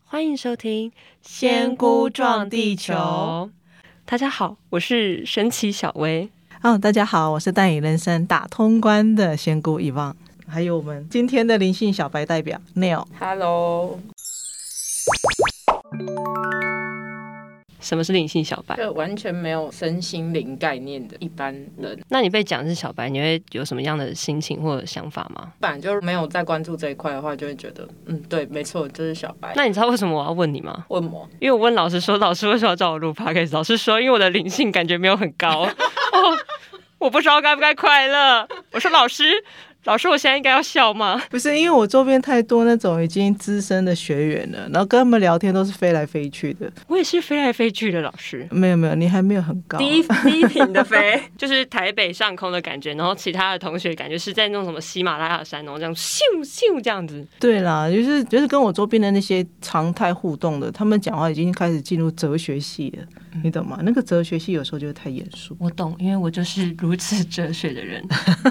欢迎收听《仙姑撞地球》。大家好，我是神奇小薇。 大家好，我是带领人生打通关的仙姑遗忘，还有我们今天的灵性小白代表 Neil。Hello。 什么是灵性小白？ 就完全没有身心灵概念的一般人。 那你被讲是小白，你会有什么样的心情或者想法吗？ 本来就没有在关注这一块的话，就会觉得对，没错，就是小白。 那你知道为什么我要问你吗？ 问我？ 因为我问老师说，老师为什么要找我录 podcast？ 老师说，因为我的灵性感觉没有很高。我不知道该不该快乐。我说老师，我现在应该要笑吗？ 不是，因为我周边太多那种已经资深的学员了，然后跟他们聊天都是飞来飞去的。 我也是飞来飞去的老师。 没有，你还没有很高。 第一品的飞，就是台北上空的感觉，然后其他的同学感觉是在那种什么喜马拉雅山，然后这样咻咻这样子。 对啦，就是跟我周边的那些常态互动的，他们讲话已经开始进入哲学系了，你懂吗？那个哲学系有时候就会太严肃。 我懂，因为我就是如此哲学的人。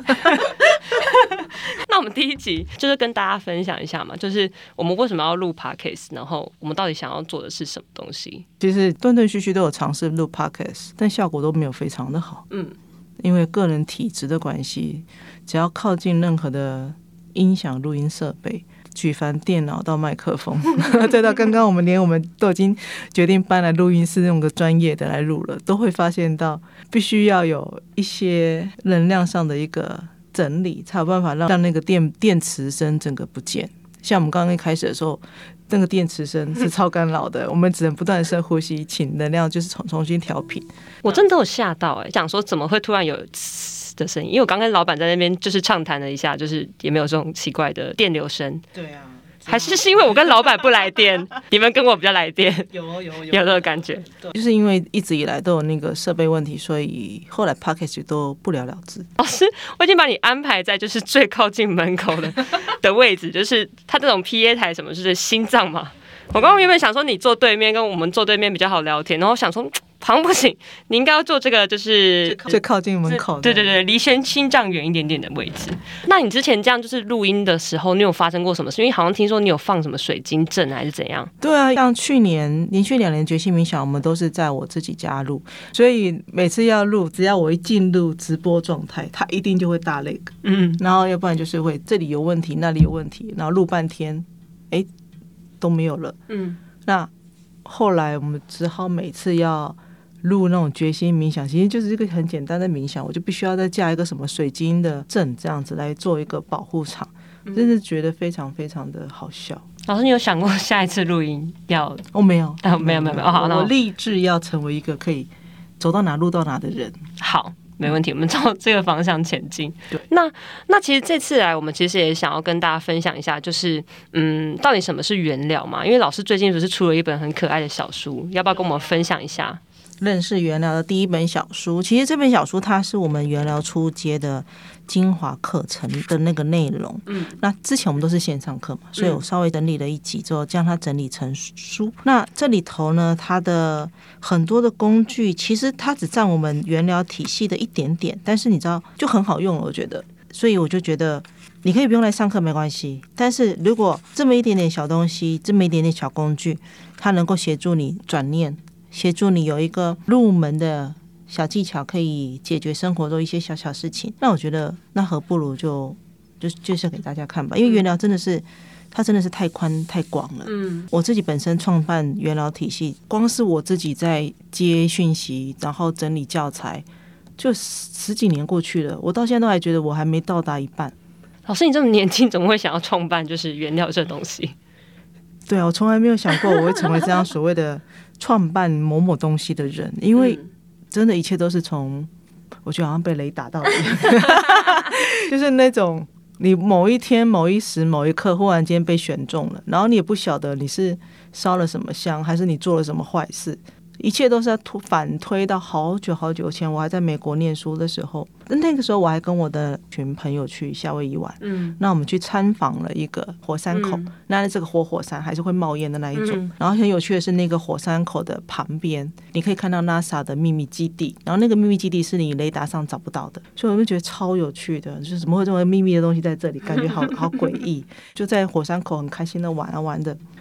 那我们第一集就是跟大家分享一下嘛，就是我们为什么要录 podcast， 然后我们到底想要做的是什么东西。 其实断断续续都有尝试录 podcast， 但效果都没有非常的好。因为个人体质的关系，只要靠近任何的音响录音设备，举凡电脑到麦克风再到刚刚我们都已经决定搬来录音室用个专业的来录了，都会发现到必须要有一些能量上的一个整理，才有办法让那个电池声整个不见。像我们刚刚一开始的时候，那个电池声是超干扰的，我们只能不断的深呼吸，请能量就是重新调频。 我真的有吓到想说怎么会突然有的声音，因为我刚跟老板在那边就是畅谈了一下，就是也没有这种奇怪的电流声。 对啊， 还是因为我跟老板不来电，你们跟我比较来电， 有这个感觉。 就是因为一直以来都有那个设备问题，所以后来 podcast 都不了了之。 老师，我已经把你安排在就是最靠近门口的位置，就是他这种 PA 台什么，就是心脏嘛。我刚刚原本想说你坐对面，跟我们坐对面比较好聊天，然后想说好像不行，你应该要坐这个就是最靠近门口的。 对，离心脏远一点点的位置。那你之前这样就是录音的时候，你有发生过什么事？因为好像听说你有放什么水晶阵还是怎样？ 对啊，像去年连续2年觉醒冥想，我们都是在我自己家录，所以每次要录，只要我一进入直播状态，它一定就会大lag。然后要不然就是会这里有问题，那里有问题，然后录半天，都没有了。那后来我们只好每次要录那种决心冥想，其实就是一个很简单的冥想，我就必须要再加一个什么水晶的阵这样子来做一个保护场，真是觉得非常非常的好笑。 老师，你有想过下一次录音要？ 没有， 没有。好， 我立志要成为一个可以走到哪录到哪的人。 好。没问题，我们朝这个方向前进。那其实这次来，我们其实也想要跟大家分享一下，就是到底什么是原疗嘛？因为老师最近不是出了一本很可爱的小书，要不要跟我们分享一下？ 认识原疗的第一本小书，其实这本小书它是我们原疗初阶的精华课程的那个内容。那之前我们都是线上课嘛，所以我稍微整理了一集之后，将它整理成书。那这里头呢，它的很多的工具，其实它只占我们原疗体系的一点点，但是你知道就很好用了，我觉得。所以我就觉得你可以不用来上课没关系，但是如果这么一点点小东西，这么一点点小工具，它能够协助你转念，协助你有一个入门的小技巧，可以解决生活中一些小小事情，那我觉得那何不如就是给大家看吧。因为原疗真的是它真的是太宽太广了。我自己本身创办原疗体系，光是我自己在接讯息然后整理教材，就10几年过去了，我到现在都还觉得我还没到达一半。 老师，你这么年轻怎么会想要创办就是原疗这东西？ 对啊，我从来没有想过我会成为这样所谓的创办某某东西的人，因为真的一切都是从我觉得好像被雷打到的就是那种你某一天某一时某一刻忽然间被选中了，然后你也不晓得你是烧了什么香还是你做了什么坏事，一切都是要反推到好久好久前，我还在美国念书的时候，那个时候我还跟我的群朋友去夏威夷玩，那我们去参访了一个火山口，那这个火山还是会冒烟的那一种，然后很有趣的是那个火山口的旁边你可以看到 NASA 的秘密基地，然后那个秘密基地是你雷达上找不到的，所以我就觉得超有趣的，就是怎么会这么秘密的东西在这里，感觉好诡异就在火山口很开心的玩啊玩的，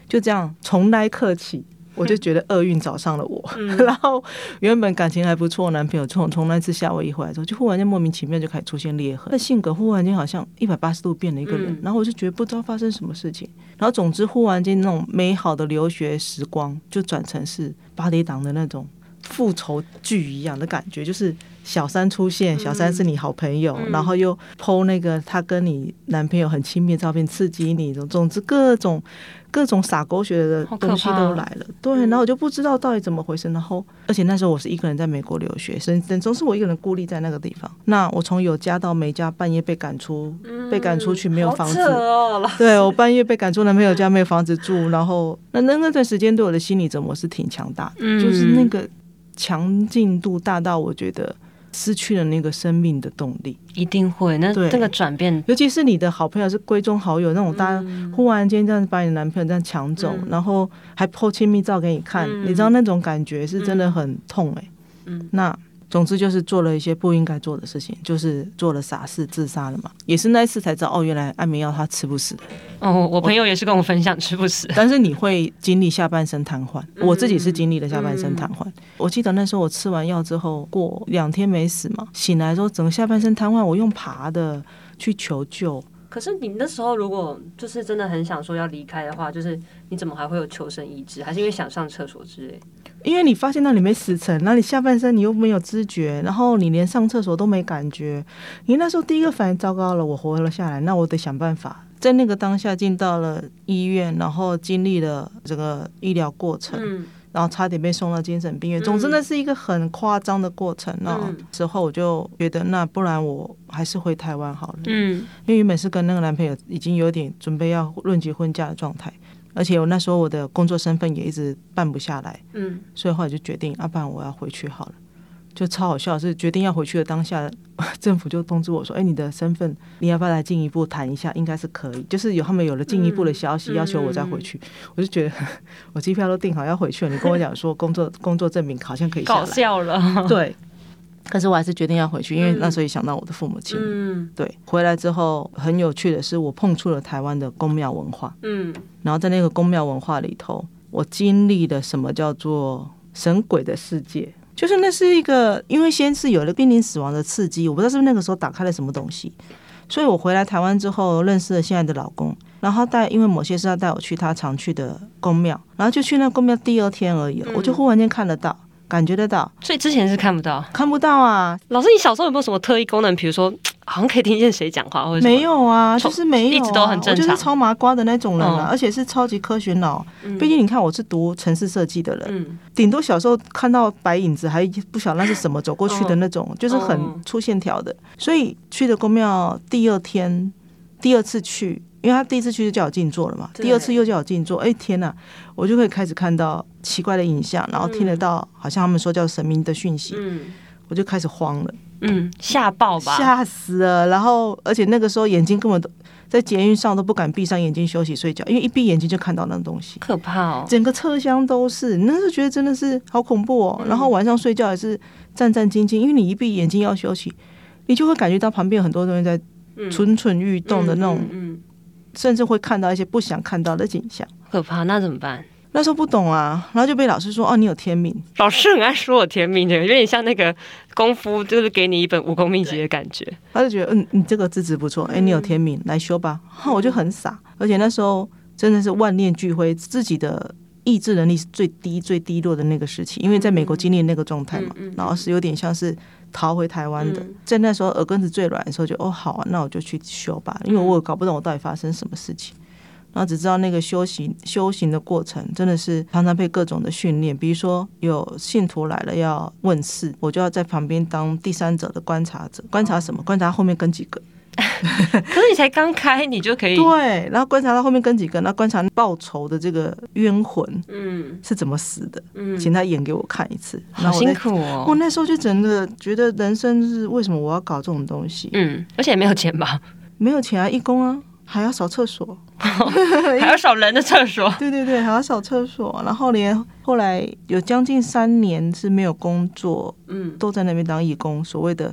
就这样从那一刻起，我就觉得厄运找上了我。然后原本感情还不错，男朋友从那次夏威夷回来之后，就忽然间莫名其妙就开始出现裂痕，他性格忽然间好像180度变了一个人。然后我就觉得不知道发生什么事情。然后总之忽然间那种美好的留学时光，就转成是巴厘岛的那种复仇剧一样的感觉，就是小三出现，小三是你好朋友，然后又 po 那个他跟你男朋友很亲密的照片，刺激你，总之各种撒狗血的东西都来了。对，然后我就不知道到底怎么回事。然后而且那时候我是一个人在美国留学，总是我一个人孤立在那个地方。那我从有家到没家，半夜被赶出去，没有房子。对，我半夜被赶出男朋友家，没有房子住。然后那段时间对我的心理折磨是挺强大的，就是那个强劲度大到我觉得失去了那个生命的动力。 一定会，那个转变， 尤其是你的好朋友是闺中好友那种，大家忽然间这样把你男朋友这样抢走，然后还 po 亲密照给你看，你知道那种感觉是真的很痛那总之就是做了一些不应该做的事情，就是做了傻事，自杀了嘛。也是那一次才知道，原来安眠药他吃不死。 我朋友也是跟我分享吃不死， 但是你会经历下半身瘫痪。我自己是经历了下半身瘫痪。我记得那时候我吃完药之后，过2天没死嘛，醒来之后整个下半身瘫痪，我用爬的去求救。 可是你那时候如果就是真的很想说要离开的话，就是你怎么还会有求生意志？还是因为想上厕所之类？ 因为你发现那里没死成，那你下半身你又没有知觉，然后你连上厕所都没感觉，你那时候第一个反应，糟糕了，我活了下来，那我得想办法。在那个当下进到了医院，然后经历了这个医疗过程，然后差点被送到精神病院。总之那是一个很夸张的过程。之后我就觉得，那不然我还是回台湾好了。因为原本是跟那个男朋友已经有点准备要论及婚嫁的状态。而且我那时候我的工作身份也一直办不下来，所以后来就决定，不然我要回去好了。就超好笑，是决定要回去的当下，政府就通知我说：“你的身份，你要不要来进一步谈一下？应该是可以。”就是他们有了进一步的消息，要求我再回去。我就觉得我机票都订好要回去了，你跟我讲说工作证明好像可以下来， 搞笑了。 对。可是我还是决定要回去，因为那时候也想到我的父母亲。对，回来之后很有趣的是，我碰触了台湾的宫庙文化。然后在那个宫庙文化里头，我经历了什么叫做神鬼的世界。就是那是一个，因为先是有了濒临死亡的刺激，我不知道是不是那个时候打开了什么东西，所以我回来台湾之后认识了现在的老公，然后因为某些事要带我去他常去的宫庙，然后就去那宫庙第2天而已，我就忽然间看得到。感觉得到， 所以之前是看不到啊。 老师，你小时候有没有什么特异功能？比如说，好像可以听见谁讲话，或者没有啊，就是没有、 一直都很正常。 我就是超麻瓜的那种人而且是超级科学脑。毕竟你看，我是读城市设计的人，顶多小时候看到白影子，还不晓得那是什么走过去的那种，就是很粗线条的。所以去的宫庙第2天，第2次去。因为他第1次去就叫我静坐了嘛，第2次又叫我静坐，天哪，我就会开始看到奇怪的影像，然后听得到好像他们说叫神明的讯息，我就开始慌了， 吓爆吧， 吓死了。然后而且那个时候眼睛根本都在捷运上都不敢闭上眼睛休息睡觉，因为一闭眼睛就看到那东西， 可怕整个车厢都是，那时候觉得真的是好恐怖然后晚上睡觉也是战战兢兢，因为你一闭眼睛要休息，你就会感觉到旁边有很多东西在蠢蠢欲动的那种。甚至会看到一些不想看到的景象， 可怕。那怎么办？ 那时候不懂啊，然后就被老师说你有天命。 老师很爱说我天命的，有点像那个功夫，就是给你一本武功秘籍的感觉。 他就觉得你这个资质不错，你有天命，来修吧。我就很傻，而且那时候真的是万念俱灰，自己的意志能力是最低落的那个时期，因为在美国经历那个状态嘛，然后是有点像是逃回台湾的，在那时候耳根子最软的时候就好啊，那我就去修吧，因为我也搞不懂我到底发生什么事情，然后只知道那个修行的过程真的是常常被各种的训练，比如说有信徒来了要问事，我就要在旁边当第三者的观察者，观察什么？观察后面跟几个。 可是你才刚开，你就可以对，然后观察到后面跟几个，然后观察报仇的这个冤魂，是怎么死的，请他演给我看一次。 好辛苦哦！ 我那时候就真的觉得人生是为什么我要搞这种东西？ 而且也没有钱吧？ 没有钱啊，义工啊，还要扫厕所， 还要扫人的厕所。 对对对，还要扫厕所，然后连后来有将近3年是没有工作，都在那边当义工，所谓的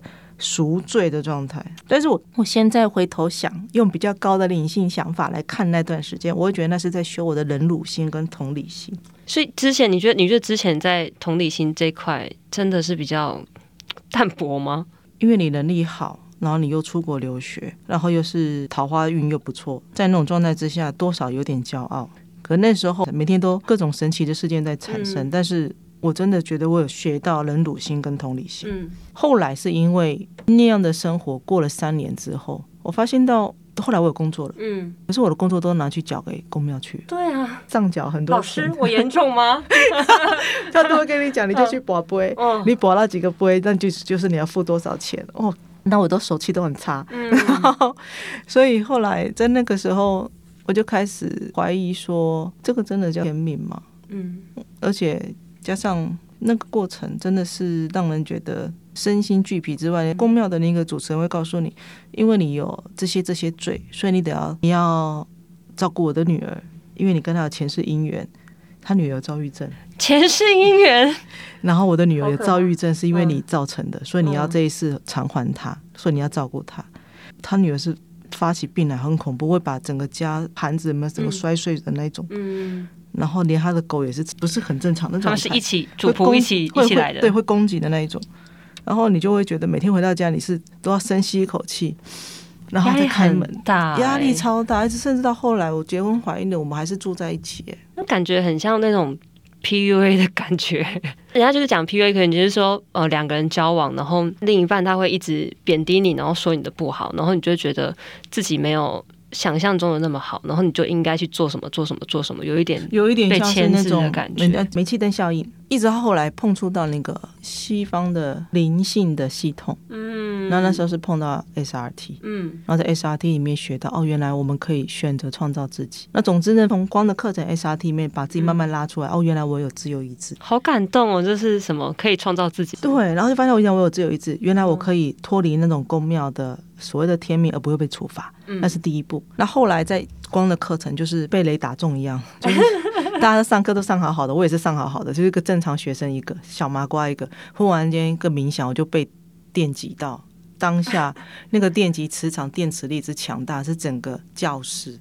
赎罪的状态。但是我现在回头想，用比较高的灵性想法来看那段时间，我会觉得那是在修我的忍辱心跟同理心。 所以之前你觉得之前在同理心这一块真的是比较淡薄吗？ 因为你能力好，然后你又出国留学，然后又是桃花运又不错，在那种状态之下多少有点骄傲。可那时候每天都各种神奇的事件在产生，但是我真的觉得我有学到忍辱心跟同理心。后来是因为那样的生活过了3年之后，我发现到后来我有工作了，可是我的工作都拿去缴给公庙去。对啊，上缴很多钱。 老师，我严重吗？ 他都会跟你讲，你就去拔杯，你拔到几个杯，那就是你要付多少钱哦。那我都手气都很差，所以后来在那个时候，我就开始怀疑说，这个真的叫天命吗？而且加上那个过程真的是让人觉得身心俱疲之外，宫庙的那个主持人会告诉你，因为你有这些罪，所以你要照顾我的女儿，因为你跟她有前世姻缘，她女儿有躁郁症， 前世姻缘， 然后我的女儿有躁郁症是因为你造成的，所以你要这一世偿还她，所以你要照顾她。她女儿是发起病来很恐怖，会把整个家盘子整个摔碎的那种，然后连他的狗也是不是很正常的，他们是一起主仆一起来的， 对，会攻击的那一种。然后你就会觉得每天回到家，你是都要深吸一口气，然后再开门，压力超大，甚至到后来我结婚怀孕了，我们还是住在一起， 那感觉很像那种 PUA 的感觉。人家就是讲 PUA 可能就是说2个人交往，然后另一半他会一直贬低你，然后说你的不好，然后你就会觉得自己没有想象中的那么好，然后你就应该去做什么，有一点被牵制的感觉， 煤气灯效应。一直到后来碰触到那个西方的灵性的系统，然后那时候是碰到 SRT，然后在 SRT 里面学到原来我们可以选择创造自己。那总之呢，从光的课程 SRT 里面把自己慢慢拉出来，原来我有自由意志， 好感动哦！这是什么？可以创造自己？ 对，然后就发现原来我有自由意志，原来我可以脱离那种宫庙的所谓的天命而不会被处罚，那是第一步。那后来在光的课程就是被雷打中一样，就是大家上课都上好好的，我也是上好好的，就是一个正常学生，一个小麻瓜一个，忽然间一个冥想我就被电击到，当下那个电击磁场电磁力之强大，是整个教室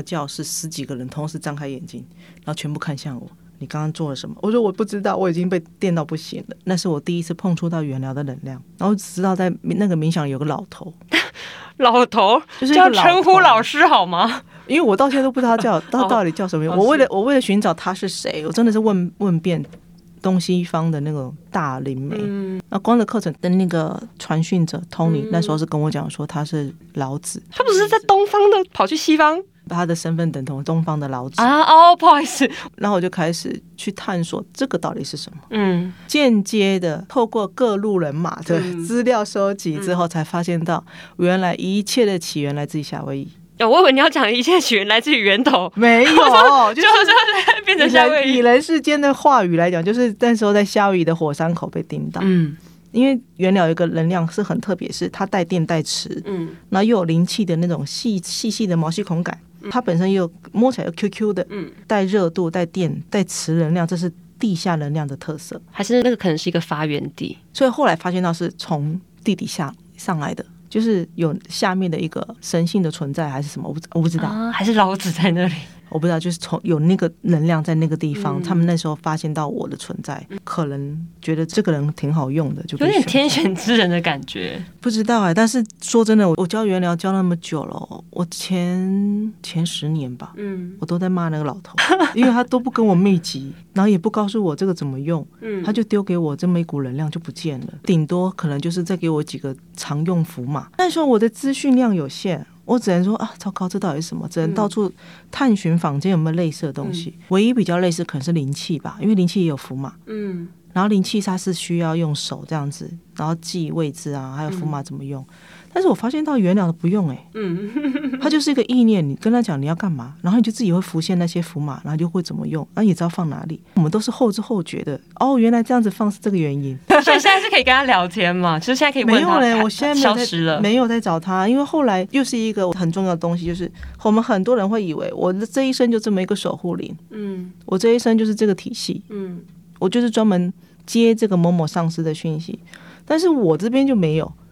10几个人同时张开眼睛，然后全部看向我，你刚刚做了什么？我说我不知道，我已经被电到不行了。那是我第一次碰触到源疗的能量，然后只知道在那个冥想有个老头老头就是叫称呼老师好吗？ 因为我到现在都不知道他到底叫什么名。我为了寻找他是谁，我真的是问遍东西方的那个大灵媒。那光的课程的那个传讯者 Tony，那时候是跟我讲说他是老子， 他不是在东方的跑去西方， 他的身份等同东方的老子不好意思。 然后我就开始去探索这个到底是什么，间接的透过各路人马的资料收集之后，才发现到原来一切的起源来自于夏威夷。 我以为你要讲一切起源来自于源头， 没有，就是变成夏威夷。 以人世间的话语来讲，就是那时候在夏威夷的火山口被叮到。因为源疗有一个能量是很特别，是它带电带磁，然后又有灵气的那种细的毛细孔感，它本身又摸起来又 QQ 的，带热度、带电、带磁能量，这是地下能量的特色。 还是那个可能是一个发源地， 所以后来发现到是从地底下上来的。就是有下面的一个神性的存在还是什么，我不知道， 还是老子在那里， 我不知道，就是从有那个能量在那个地方，他们那时候发现到我的存在，可能觉得这个人挺好用的，就有点天选之人的感觉， 不知道但是说真的，我教源疗教那么久了，我前10年吧，我都在骂那个老头，因为他都不跟我密集，然后也不告诉我这个怎么用，他就丢给我这么一股能量就不见了，顶多可能就是再给我几个常用符码。那时候我的资讯量有限，我只能说糟糕，这到底是什么？只能到处探寻坊间有没有类似的东西。唯一比较类似可能是灵气吧，因为灵气也有符码。然后灵气它是需要用手这样子，然后记位置啊，还有符码怎么用。但是我发现到源疗的不用它就是一个意念，你跟他讲你要干嘛，然后你就自己会浮现那些符码，然后就会怎么用，然后也知道放哪里。我们都是后知后觉的，原来这样子放是这个原因。 所以现在是可以跟他聊天嘛？就是现在可以问他。 没有嘞，我现在消失了， 没有在找他，因为后来又是一个很重要的东西，就是我们很多人会以为我的这一生就这么一个守护灵，我这一生就是这个体系，我就是专门接这个某某上司的讯息，但是我这边就没有。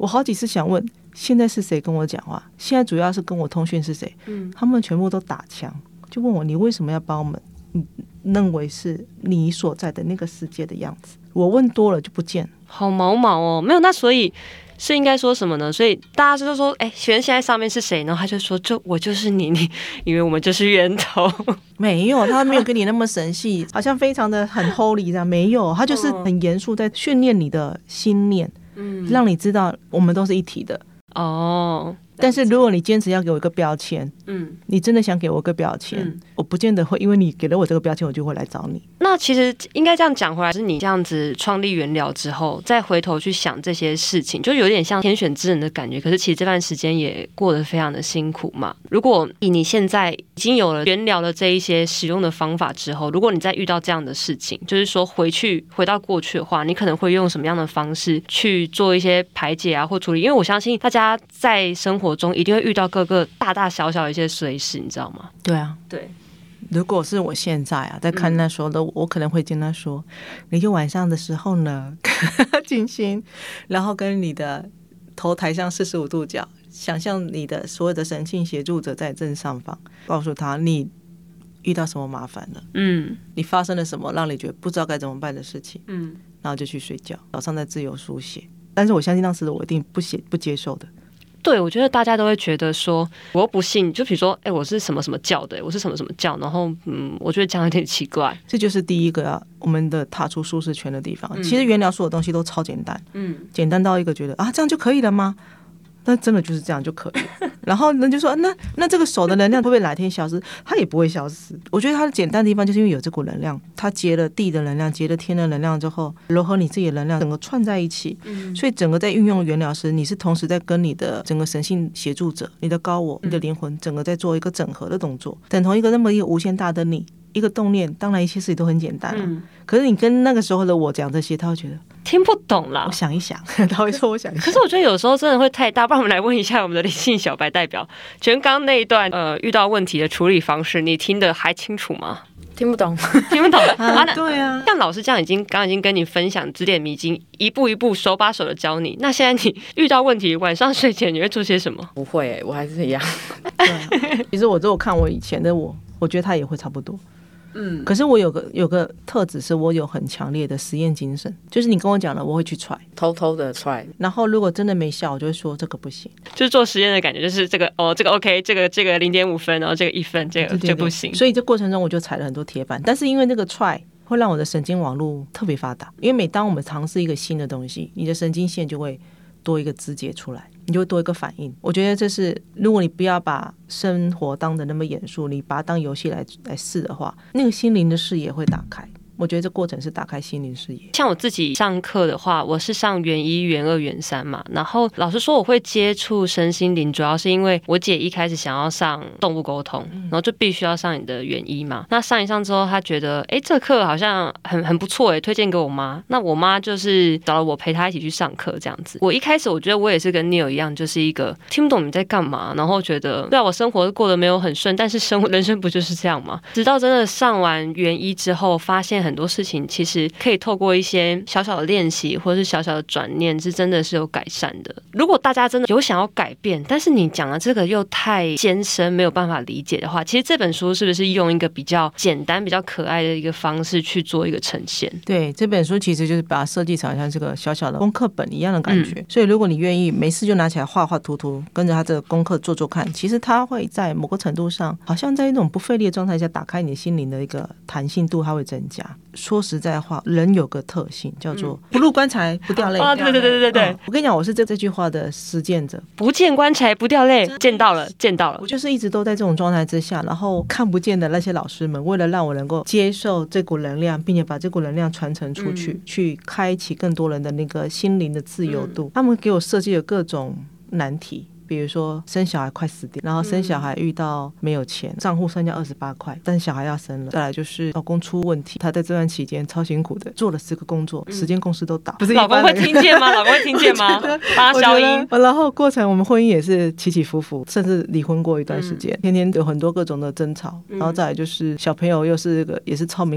我好几次想问，现在是谁跟我讲话？现在主要是跟我通讯是谁？他们全部都打枪，就问我你为什么要把我们认为是你所在的那个世界的样子？我问多了就不见了， 好毛毛哦。没有，那所以是应该说什么呢？所以大家就说，请问现在上面是谁？然后他就说，我就是你，因为我们就是源头。 没有，他没有跟你那么神系，好像非常的很 holy 这样，没有，他就是很严肃在训练你的心念，让你知道我们都是一体的。哦，但是如果你坚持要给我一个标签，你真的想给我一个标签，我不见得会因为你给了我这个标签，我就会来找你。 那其实应该这样讲回来，是你这样子创立源疗之后，再回头去想这些事情，就有点像天选之人的感觉。可是其实这段时间也过得非常的辛苦嘛。如果以你现在已经有了源疗的这一些使用的方法之后，如果你再遇到这样的事情，就是说回到过去的话，你可能会用什么样的方式去做一些排解啊或处理？因为我相信大家在生活中一定会遇到各个大大小小的一些随事，你知道吗？ 对啊， 对。 如果是我现在在看那时候的我可能会跟他说，你就晚上的时候呢静心，然后跟你的头抬向45度角，想象你的所有的神性协助者在正上方，告诉他你遇到什么麻烦了，你发生了什么让你觉得不知道该怎么办的事情，然后就去睡觉，早上再自由书写。但是我相信当时的我一定不接受的。 对，我觉得大家都会觉得说，我又不信，就比如说，我是什么什么教的，我是什么什么教，然后我觉得这样有点奇怪。 这就是第一个我们的踏出舒适圈的地方。其实源疗所有东西都超简单，简单到一个觉得这样就可以了吗？那真的就是这样就可以了。然后人就说那这个手的能量会不会哪天消失？它也不会消失。我觉得它的简单的地方就是因为有这股能量，它结了地的能量，结了天的能量之后，融合你自己的能量，整个串在一起。所以整个在运用源疗时，你是同时在跟你的整个神性协助者、你的高我、你的灵魂，整个在做一个整合的动作，等同一个那么一个无限大的你。一个动念，当然一切事情都很简单可是你跟那个时候的我讲这些，他会觉得听不懂啦。 我想一想，他会说我想一想。 可是我觉得有时候真的会太大，不然我们来问一下我们的灵性小白代表，全刚那一段遇到问题的处理方式，你听得还清楚吗？ 听不懂， 听不懂对啊， 像老师这样刚刚已经跟你分享指点迷津，一步一步手把手的教你。那现在你遇到问题，晚上睡前你会做些什么？ 不会我还是一样。 其实我只有看我以前的我觉得他也会差不多。可是我有个特质，是我有很强烈的实验精神，就是你跟我讲了，我会去 try， 偷偷的 try， 然后如果真的没效，我就会说这个不行， 就是做实验的感觉，就是这个这个 OK， 这个0.5分，然后这个1分，这个就不行。 所以这过程中我就踩了很多铁板，但是因为那个 try 会让我的神经网络特别发达，因为每当我们尝试一个新的东西，你的神经线就会多一个枝节出来，你就会多一个反应。我觉得这是，如果你不要把生活当得那么严肃，你把它当游戏来试的话，那个心灵的视野会打开。我觉得这过程是打开心灵视野。 像我自己上课的话，我是上元1、元2、元3嘛，然后老实说我会接触身心灵，主要是因为我姐一开始想要上动物沟通，然后就必须要上你的元1嘛。那上一上之后，她觉得这课好像很不错推荐给我妈。那我妈就是找了我陪她一起去上课这样子。我一开始我觉得我也是跟 Neil 一样，就是一个听不懂你在干嘛，然后觉得对啊，我生活过得没有很顺，但是人生不就是这样吗？直到真的上完元1之后，发现很多事情其实可以透过一些小小的练习或是小小的转念，是真的是有改善的。如果大家真的有想要改变，但是你讲的这个又太艰深，没有办法理解的话，其实这本书是不是用一个比较简单比较可爱的一个方式去做一个呈现？ 对，这本书其实就是把它设计成像这个小小的功课本一样的感觉所以如果你愿意没事就拿起来画画涂涂，跟着它这个功课做做看，其实它会在某个程度上好像在一种不费力的状态下打开你心灵的一个弹性度，它会增加。说实在话，人有个特性叫做不入棺材不掉泪对对对对对我跟你讲，我是这句话的实践者， 不见棺材不掉泪，见到了见到了。 我就是一直都在这种状态之下，然后看不见的那些老师们为了让我能够接受这股能量，并且把这股能量传承出去去开启更多人的那个心灵的自由度他们给我设计了各种难题，比如说生小孩快死掉，然后生小孩遇到没有钱，账户剩下28块，但小孩要生了。再来就是老公出问题，他在这段期间超辛苦的做了10个工作，时间公司都倒。不是老公会听见吗？老公会听见吗？帮他消音。 然后过程我们婚姻也是起起伏伏，甚至离婚过一段时间天天有很多各种的争吵然后再来就是小朋友又是也是超敏感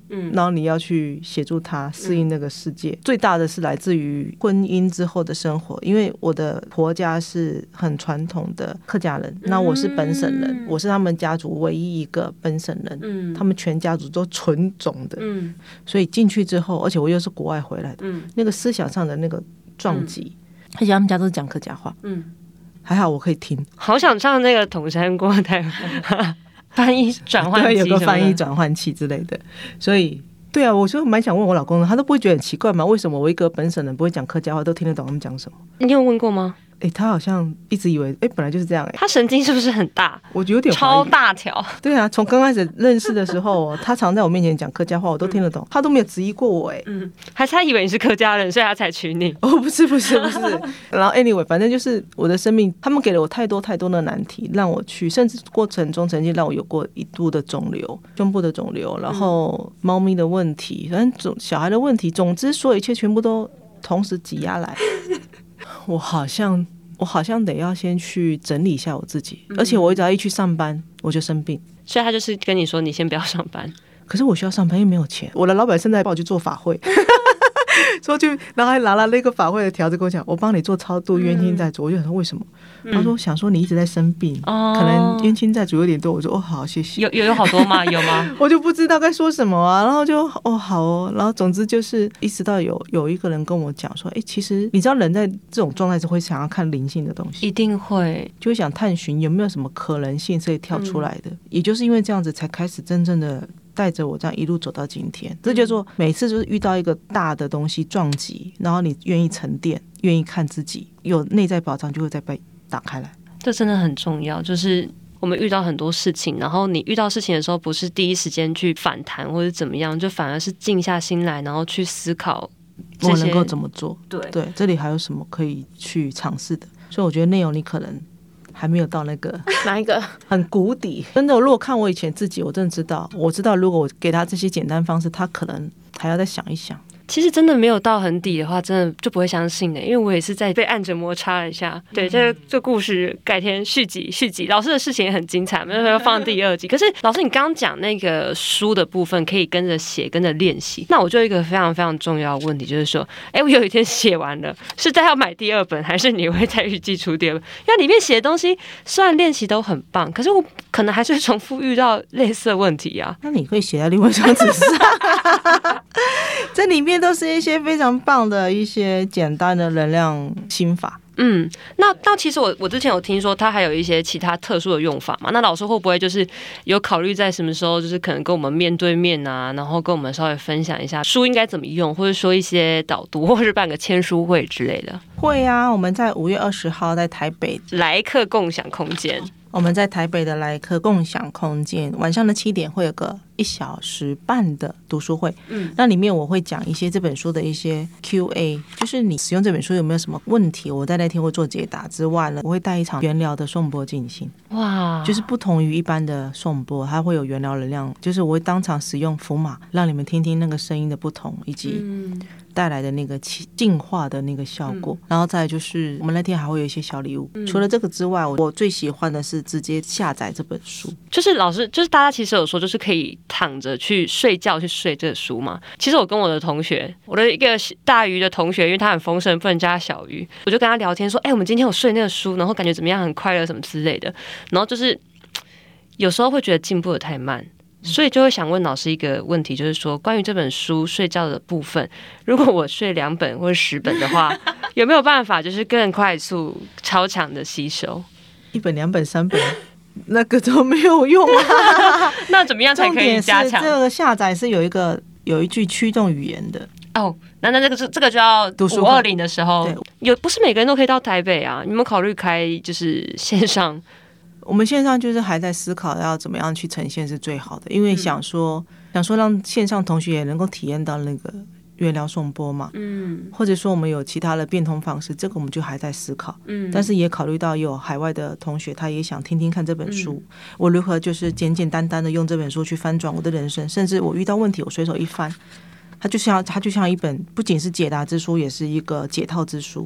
然后你要去协助他适应那个世界。最大的是来自于婚姻之后的生活，因为我的婆家是很传统的客家人，那我是本省人，我是他们家族唯一一个本省人，他们全家族都纯种的，所以进去之后，而且我又是国外回来的，那个思想上的那个撞击，而且他们家都是讲客家话，还好我可以听， 好想上那个统山过台翻译转换器， 对，有个翻译转换器之类的，所以对啊，我就蛮想问我老公的，他都不会觉得很奇怪吗？为什么我一个本省人不会讲客家话都听得懂他们讲什么？ 你有问过吗？ 他好像一直以为本来就是这样。 他神经是不是很大？ 我觉得有点超大条。 对啊，从刚开始认识的时候他常在我面前讲客家话，我都听得懂，他都没有质疑过我。 还是他以为你是客家人，所以他才娶你？ 不是然后 anyway 反正就是我的生命，他们给了我太多的难题让我去，甚至过程中曾经让我有过一度的肿瘤，胸部的肿瘤，然后猫咪的问题，反正小孩的问题，总之所有一切全部都同时挤压来。我好像得要先去整理一下我自己，而且我只要一去上班我就生病， 所以他就是跟你说你先不要上班。 可是我需要上班，因为没有钱。我的老板现在帮我去做法会，说去，然后还拿了那个法会的条子跟我讲，我帮你做超度冤亲债主。我就想说为什么？他说想说你一直在生病，可能冤亲债主有点多。我说好，谢谢。 有好多吗？有吗？ 我就不知道该说什么啊，然后就好哦，然后总之就是一直到有一个人跟我讲说，其实你知道人在这种状态是会想要看灵性的东西， 一定会， 就会想探寻有没有什么可能性是跳出来的。也就是因为这样子才开始真正的带着我这样一路走到今天。这就是说每次就是遇到一个大的东西撞击，然后你愿意沉淀，愿意看自己，有内在保障就会再被打开来。 这真的很重要，就是我们遇到很多事情，然后你遇到事情的时候不是第一时间去反弹或者怎么样，就反而是静下心来，然后去思考我能够怎么做。 对， 这里还有什么可以去尝试的。所以我觉得内容你可能还没有到那个哪一个很谷底。真的，如果看我以前自己，我真的我知道如果我给他这些简单方式，他可能还要再想一想。 其实真的没有到很底的话，真的就不会相信的，因为我也是在被按着摩擦了一下。对，这故事改天续集。老师的事情也很精彩，我们要放第二集。可是老师，你刚刚讲那个书的部分，可以跟着写，跟着练习。那我就有一个非常非常重要的问题，就是说，我有一天写完了，是再要买第二本，还是你会在日记出第二本？因为里面写的东西虽然练习都很棒，可是我可能还是会重复遇到类似的问题啊。 那你会写在另外一张纸上？这里面都是一些非常棒的一些简单的能量心法。 那其实我之前有听说它还有一些其他特殊的用法嘛？那老师会不会就是有考虑在什么时候，就是可能跟我们面对面啊，然后跟我们稍微分享一下书应该怎么用，或者说一些导读，或是办个签书会之类的？ 会啊，我们在5月20号在台北来客共享空间。 我们在台北的来客共享空间，晚上的7点会有个1小时半的读书会。那里面我会讲一些这本书的一些 Q&A， 就是你使用这本书有没有什么问题，我在那天会做解答之外呢，我会带一场源疗的颂钵进行。哇，就是不同于一般的颂钵，它会有源疗能量，就是我会当场使用符码，让你们听听那个声音的不同，以及带来的那个净化的那个效果。然后再来就是我们那天还会有一些小礼物。除了这个之外，我最喜欢的是直接下载这本书。 就是老师，就是大家其实有说，就是可以躺着去睡觉去睡这个书嘛。其实我跟我的同学，我的一个大鱼的同学，因为他很丰盛，不能叫他小鱼，我就跟他聊天说，我们今天有睡那个书，然后感觉怎么样，很快乐什么之类的。然后就是有时候会觉得进步的太慢。所以就会想问老师一个问题，就是说关于这本书睡觉的部分，如果我睡2本或者10本的话，有没有办法就是更快速超强的吸收 ？1本2本3本那个都没有用啊。 那怎么样才可以加强？ 这个下载是有一句驱动语言的哦。那这个就要520的时候，不是每个人都可以到台北啊？你们考虑开就是线上？ 我们线上就是还在思考要怎么样去呈现是最好的，因为想说让线上同学也能够体验到那个源疗颂钵嘛，或者说我们有其他的变通方式，这个我们就还在思考，但是也考虑到有海外的同学他也想听听看这本书，我如何就是简简单单的用这本书去翻转我的人生，甚至我遇到问题我随手一翻，它就像一本不仅是解答之书，也是一个解套之书。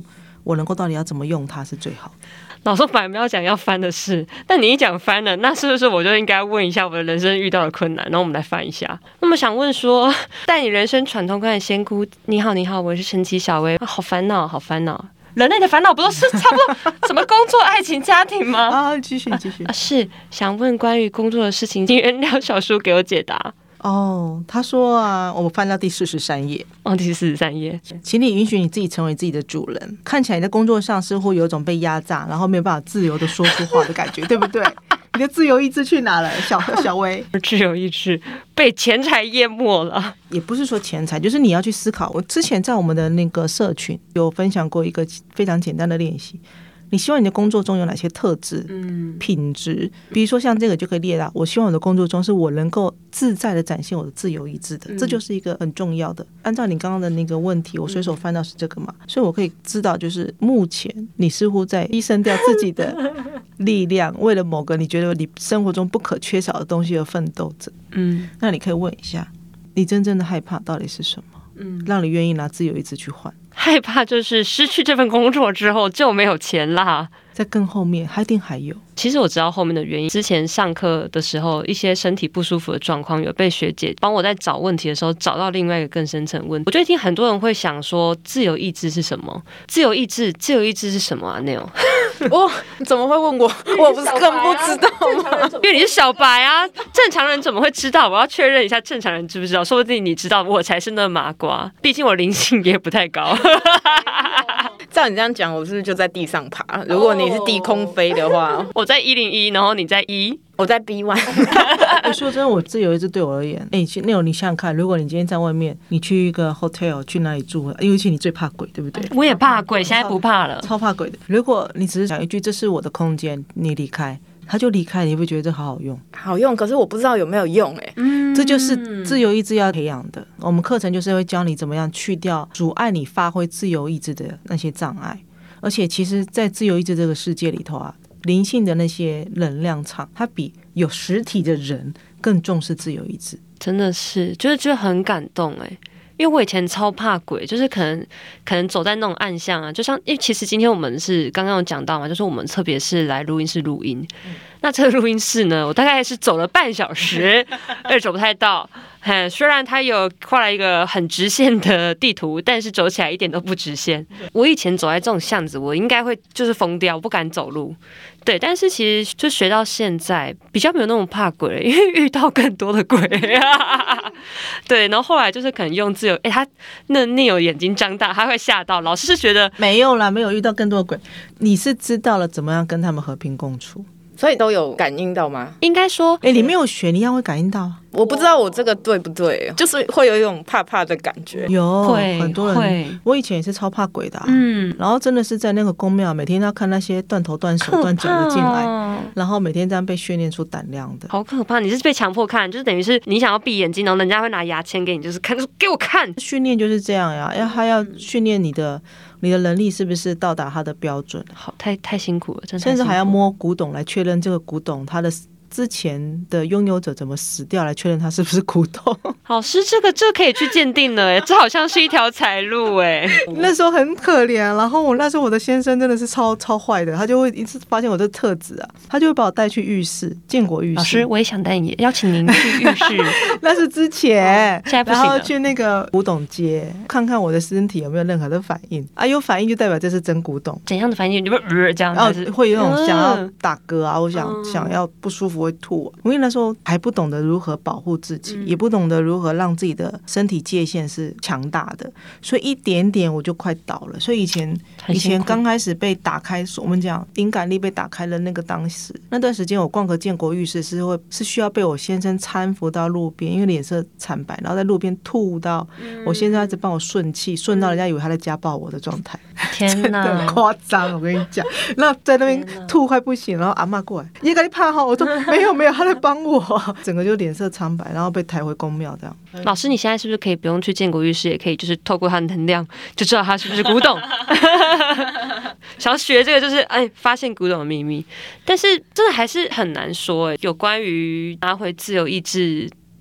我能够到底要怎么用它是最好的。 老师本来没有讲要翻的事，但你一讲翻了，那是不是我就应该问一下我的人生遇到的困难，然后我们来翻一下。那么想问说，带你人生闯通关的仙姑，你好，你好，我是神奇小薇，好烦恼，好烦恼。人类的烦恼不都是差不多什么工作、爱情、家庭吗？ 啊，继续。 是想问关于工作的事情，请原谅小叔给我解答。 他说啊，我翻到第43页。 第43页， 请你允许你自己成为自己的主人。看起来你在工作上似乎有一种被压榨，然后没有办法自由的说出话的感觉，对不对？你的自由意志去哪了，小薇？ 自由意志被钱财淹没了。 也不是说钱财，就是你要去思考。我之前在我们的那个社群有分享过一个非常简单的练习。你希望你的工作中有哪些特质、品质？比如说像这个就可以列到，我希望我的工作中是我能够自在的展现我的自由意志的，这就是一个很重要的。按照你刚刚的那个问题，我随手翻到是这个嘛，所以我可以知道，就是目前你似乎在牺牲掉自己的力量，为了某个你觉得你生活中不可缺少的东西而奋斗着。那你可以问一下，你真正的害怕到底是什么？让你愿意拿自由意志去换。 害怕就是失去这份工作之后就没有钱啦。 在更后面一定还有。 其实我知道后面的原因，之前上课的时候一些身体不舒服的状况，有被学姐帮我在找问题的时候找到另外一个更深层问题。我觉得一定很多人会想说，自由意志是什么？自由意志是什么啊？Neil， 你怎么会问我？我不是更不知道吗？ 因为你是小白啊，正常人怎么会知道？我要确认一下正常人知不知道，说不定你知道，我才是那麻瓜。毕竟我灵性也不太高。 照你这样讲，我是不是就在地上爬？如果你是低空飞的话， 我在101，然后你在1， 我在 B1。 说真的，我自由意志对我而言，那种你想想看，如果你今天在外面，你去一个 hotel， 去哪里住？尤其你最怕鬼，对不对？ 我也怕鬼，现在不怕了， 超怕鬼的。如果你只是讲一句“这是我的空间”，你离开。他就离开，你会觉得这好好用， 好用，可是我不知道有没有用这就是自由意志要培养的。我们课程就是会教你怎么样去掉阻碍你发挥自由意志的那些障碍。而且其实在自由意志这个世界里头啊，灵性的那些能量场，它比有实体的人更重视自由意志。 真的是就是很感动因为我以前超怕鬼，就是可能走在那种暗巷啊，就像因为其实今天我们是刚刚有讲到嘛，就是我们特别是来录音室录音，那这个录音室呢，我大概是走了半小时，走不太到。虽然它有画了一个很直线的地图，但是走起来一点都不直线。我以前走在这种巷子，我应该会就是疯掉，我不敢走路。对，但是其实就学到现在，比较没有那么怕鬼了，因为遇到更多的鬼。对，然后后来就是可能用自由，他那有眼睛张大，他会吓到。老师是觉得没有啦，没有遇到更多的鬼，你是知道了怎么样跟他们和平共处。 所以都有感应到吗？ 应该说， 你没有学，你一样会感应到。 我不知道我这个对不对，就是会有一种怕怕的感觉。 有很多人，我以前也是超怕鬼的然后真的是在那个宫庙，每天要看那些断头断手断脚的进来，然后每天这样被训练出胆量的， 好可怕！你是被强迫看，就是等于是你想要闭眼睛，然后人家会拿牙签给你，就是看，就是给我看。 训练就是这样呀，他要训练你的能力是不是到达他的标准。 好，太辛苦了，真的。 甚至还要摸古董来确认这个古董它的之前的拥有者怎么死掉，来确认他是不是古董。 老师，这可以去鉴定了这好像是一条财路那时候很可怜，然后那时候我的先生真的是超坏的，他就会一次发现我的特质啊，他就会把我带去浴室，建国浴室。 老师，我也想带你，邀请您去浴室。 那是之前， 现在不行了。 然后去那个古董街，看看我的身体有没有任何的反应啊，有反应就代表这是真古董。 怎样的反应？你不这样子， 会有那种想要打嗝啊，我想要不舒服会吐。我因为那时候还不懂得如何保护自己，也不懂得如何让自己的身体界限是强大的，所以一点点我就快倒了。所以以前刚开始被打开，我们讲灵感力被打开了，那段时间我逛个建国浴室是需要被我先生搀扶到路边，因为脸色惨白，然后在路边吐到我先生一直帮我顺气，顺到人家以为他在家暴我的状态。 天哪， 真的夸张！我跟你讲，那在那边吐快不行，然后阿嬷过来，你赶紧怕哈，我说没有，他在帮我，整个就脸色苍白，然后被抬回宫庙这样。 老师，你现在是不是可以不用去建国浴室，也可以就是透过他的能量就知道他是不是古董？想要学这个就是发现古董的秘密，但是真的还是很难说有关于拿回自由意志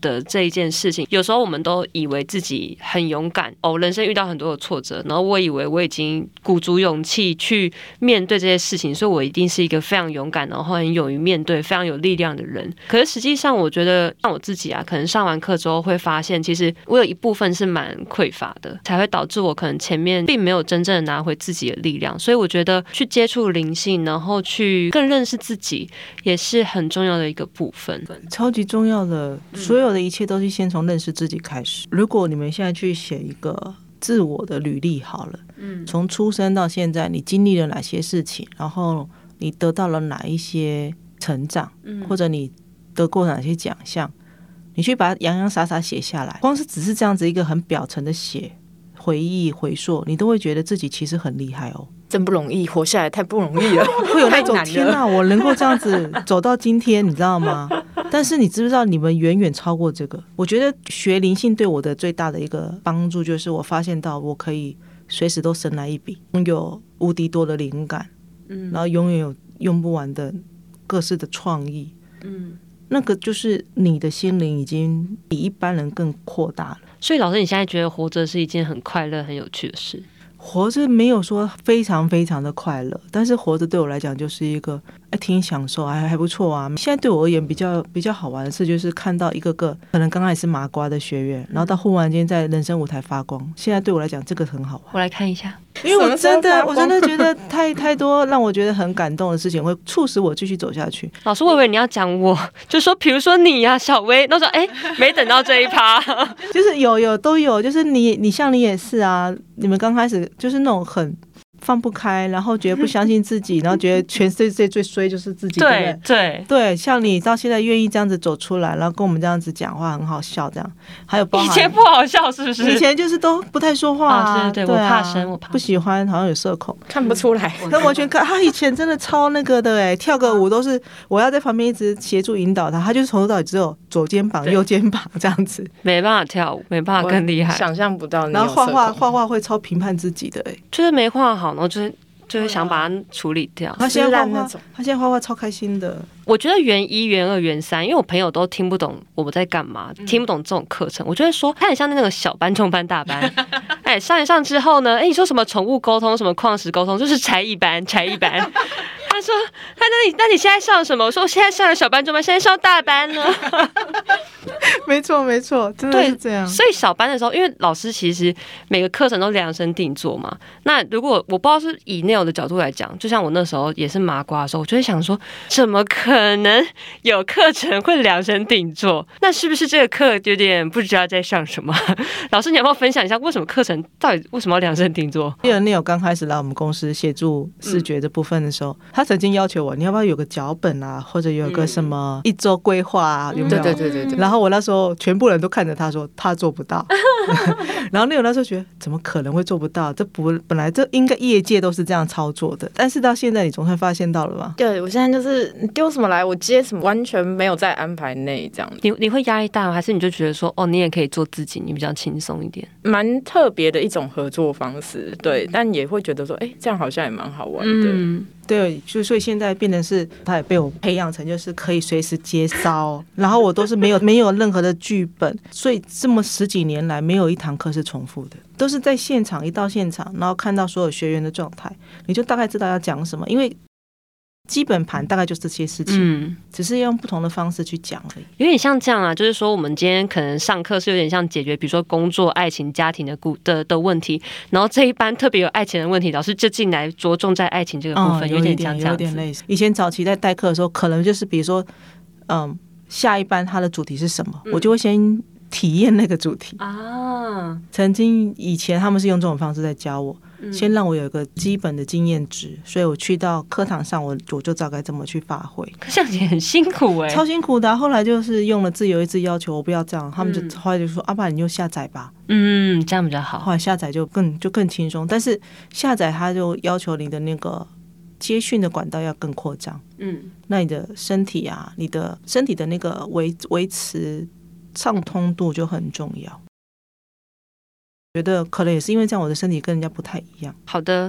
的这一件事情，有时候我们都以为自己很勇敢哦，人生遇到很多的挫折，然后我以为我已经鼓足勇气去面对这些事情，所以我一定是一个非常勇敢，然后很勇于面对、非常有力量的人。可是实际上，我觉得像我自己啊，可能上完课之后会发现，其实我有一部分是蛮匮乏的，才会导致我可能前面并没有真正的拿回自己的力量。所以我觉得去接触灵性，然后去更认识自己，也是很重要的一个部分， 超级重要的。所有的一切都是先从认识自己开始。如果你们现在去写一个自我的履历好了，从出生到现在你经历了哪些事情，然后你得到了哪一些成长，或者你得过哪些奖项，你去把它洋洋洒洒写下来，光是只是这样子一个很表层的写回忆回溯，你都会觉得自己其实很厉害哦。 真不容易，活下来太不容易了， 会有那种天哪，我能够这样子走到今天，你知道吗？但是你知不知道，你们远远超过这个。我觉得学灵性对我的最大的一个帮助，就是我发现到我可以随时都神来一笔，拥有无敌多的灵感，然后永远有用不完的各式的创意，那个就是你的心灵已经比一般人更扩大了。 所以老师，你现在觉得活着是一件很快乐、很有趣的事？ 活着没有说非常非常的快乐，但是活着对我来讲就是一个挺享受，还不错啊。现在对我而言比较好玩的事，就是看到一个个可能刚开始是麻瓜的学员，然后到忽然间在人生舞台发光。现在对我来讲这个很好玩。 我来看一下， 因为我真的觉得太多让我觉得很感动的事情，会促使我继续走下去。 老师，我以为你要讲我，就说比如说你呀、小薇，那时候没等到这一趴， 就是有都有，就是你像你也是啊，你们刚开始就是那种很放不开，然后觉得不相信自己，然后觉得全世界最衰就是自己，对，像你到现在愿意这样子走出来，然后跟我们这样子讲话，很好笑，这样还有包含以前不好笑是不是？ 以前就是都不太说话啊， 对， 对啊， 我怕生，我怕不喜欢，好像有社恐， 看不出来， 他完全看，他以前真的超那个的跳个舞都是我要在旁边一直协助引导他，他就是从头到尾只有左肩膀右肩膀这样子， 没办法跳舞，没办法更厉害， 想象不到你有然后社恐。 画画会超评判自己的就是没画好，然后就是想把它处理掉。 他现在画画超开心的。 我觉得元1、元2、元3，因为我朋友都听不懂我们在干嘛，听不懂这种课程，我就会说，它很像那个小班、中班、大班。上一上之后呢，你说什么宠物沟通、什么矿石沟通，就是才艺班。他说，那你现在上什么？我说我现在上了小班、中班，现在上大班呢。 没错，真的是这样。 所以小班的时候，因为老师其实每个课程都量身定做嘛。那如果我不知道是以 Neil 的角度来讲，就像我那时候也是麻瓜的时候，我就会想说，怎么可能有课程会量身定做？那是不是这个课有点不知道在上什么？老师，你要不要分享一下，为什么课程到底为什么要量身定做？ 记得 Neil 刚开始来我们公司协助视觉这部分的时候，他曾经要求我，你要不要有个脚本啊，或者有个什么1周规划啊，有没有？ 对。 然后我那时候全部人都看着他说他做不到，然后Neil那时候觉得怎么可能会做不到？本来这应该业界都是这样操作的，但是到现在你总算发现到了吧？ 对，我现在就是你丢什么来我接什么，完全没有在安排内这样。 你会压力大吗？还是你就觉得说，你也可以做自己，你比较轻松一点？ 蛮特别的一种合作方式，对，但也会觉得说，这样好像也蛮好玩的。 对，所以现在变成是，他也被我培养成就是可以随时接招，然后我都是没有任何的剧本，所以这么10几年来没有一堂课是重复的，都是在现场，一到现场，然后看到所有学员的状态，你就大概知道要讲什么，因为基本盘大概就是这些事情，只是用不同的方式去讲而已。 有点像这样啊，就是说我们今天可能上课是有点像解决，比如说工作、爱情、家庭的问题，然后这一班特别有爱情的问题，老师就进来着重在爱情这个部分，有点像这样子， 有点类似。以前早期在代课的时候，可能就是比如说，下一班它的主题是什么，我就会先体验那个主题啊。曾经以前他们是用这种方式在教我。先让我有一个基本的经验值，所以我去到课堂上我就知道该怎么去发挥。 这样也很辛苦超辛苦的后来就是用了自由意志要求我不要这样，他们就后来就说不然你就下载吧， 这样比较好。 后来下载就更轻松，但是下载他就要求你的那个接讯的管道要更扩张，那你的身体啊，你的身体的那个维持畅通度就很重要。觉得可能也是因为这样，我的身体跟人家不太一样。 好的，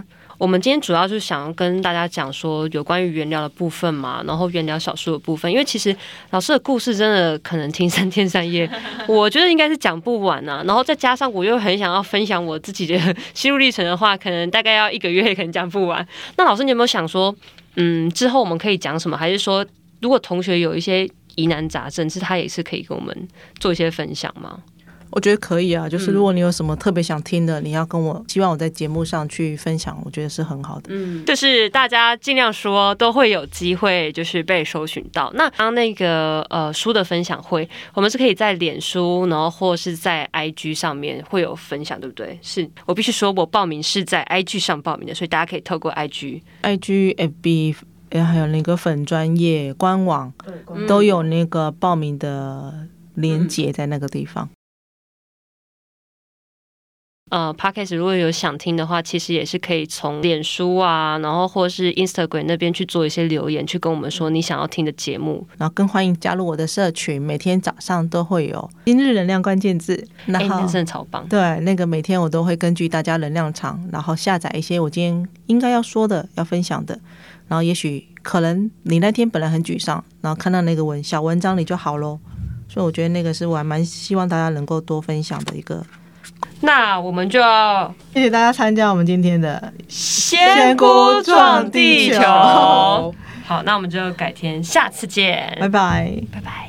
我们今天主要就是想要跟大家讲说有关于原聊的部分嘛，然后原聊小说的部分，因为其实老师的故事真的可能听3天3夜，我觉得应该是讲不完啊。然后再加上我又很想要分享我自己的心路历程的话，可能大概要1个月可能讲不完。那老师你有没有想说，之后我们可以讲什么？还是说，如果同学有一些疑难杂症，他也是可以跟我们做一些分享吗？ 我觉得可以啊，就是如果你有什么特别想听的，你要跟我，希望我在节目上去分享，我觉得是很好的。 就是大家尽量说，都会有机会就是被搜寻到。那刚那个书的分享会，我们是可以在脸书，然后或是在 IG 上面会有分享，对不对？是我必须说，我报名是在 IG 上报名的，所以大家可以透过 IG、FB。还有那个粉专页官网都有那个报名的连结在那个地方。 Podcast 如果有想听的话，其实也是可以从脸书啊，然后或是 Instagram 那边去做一些留言，去跟我们说你想要听的节目。 然后更欢迎加入我的社群，每天早上都会有今日能量关键字。然后真的超棒。 对，那个每天我都会根据大家能量场，然后下载一些我今天应该要说的、要分享的。然后也许可能你那天本来很沮丧，然后看到那个小文章你就好咯。所以我觉得那个是我还蛮希望大家能够多分享的一个。 那我们就要谢谢大家参加我们今天的仙姑撞地球。好，那我们就改天下次见， 拜拜， 拜拜。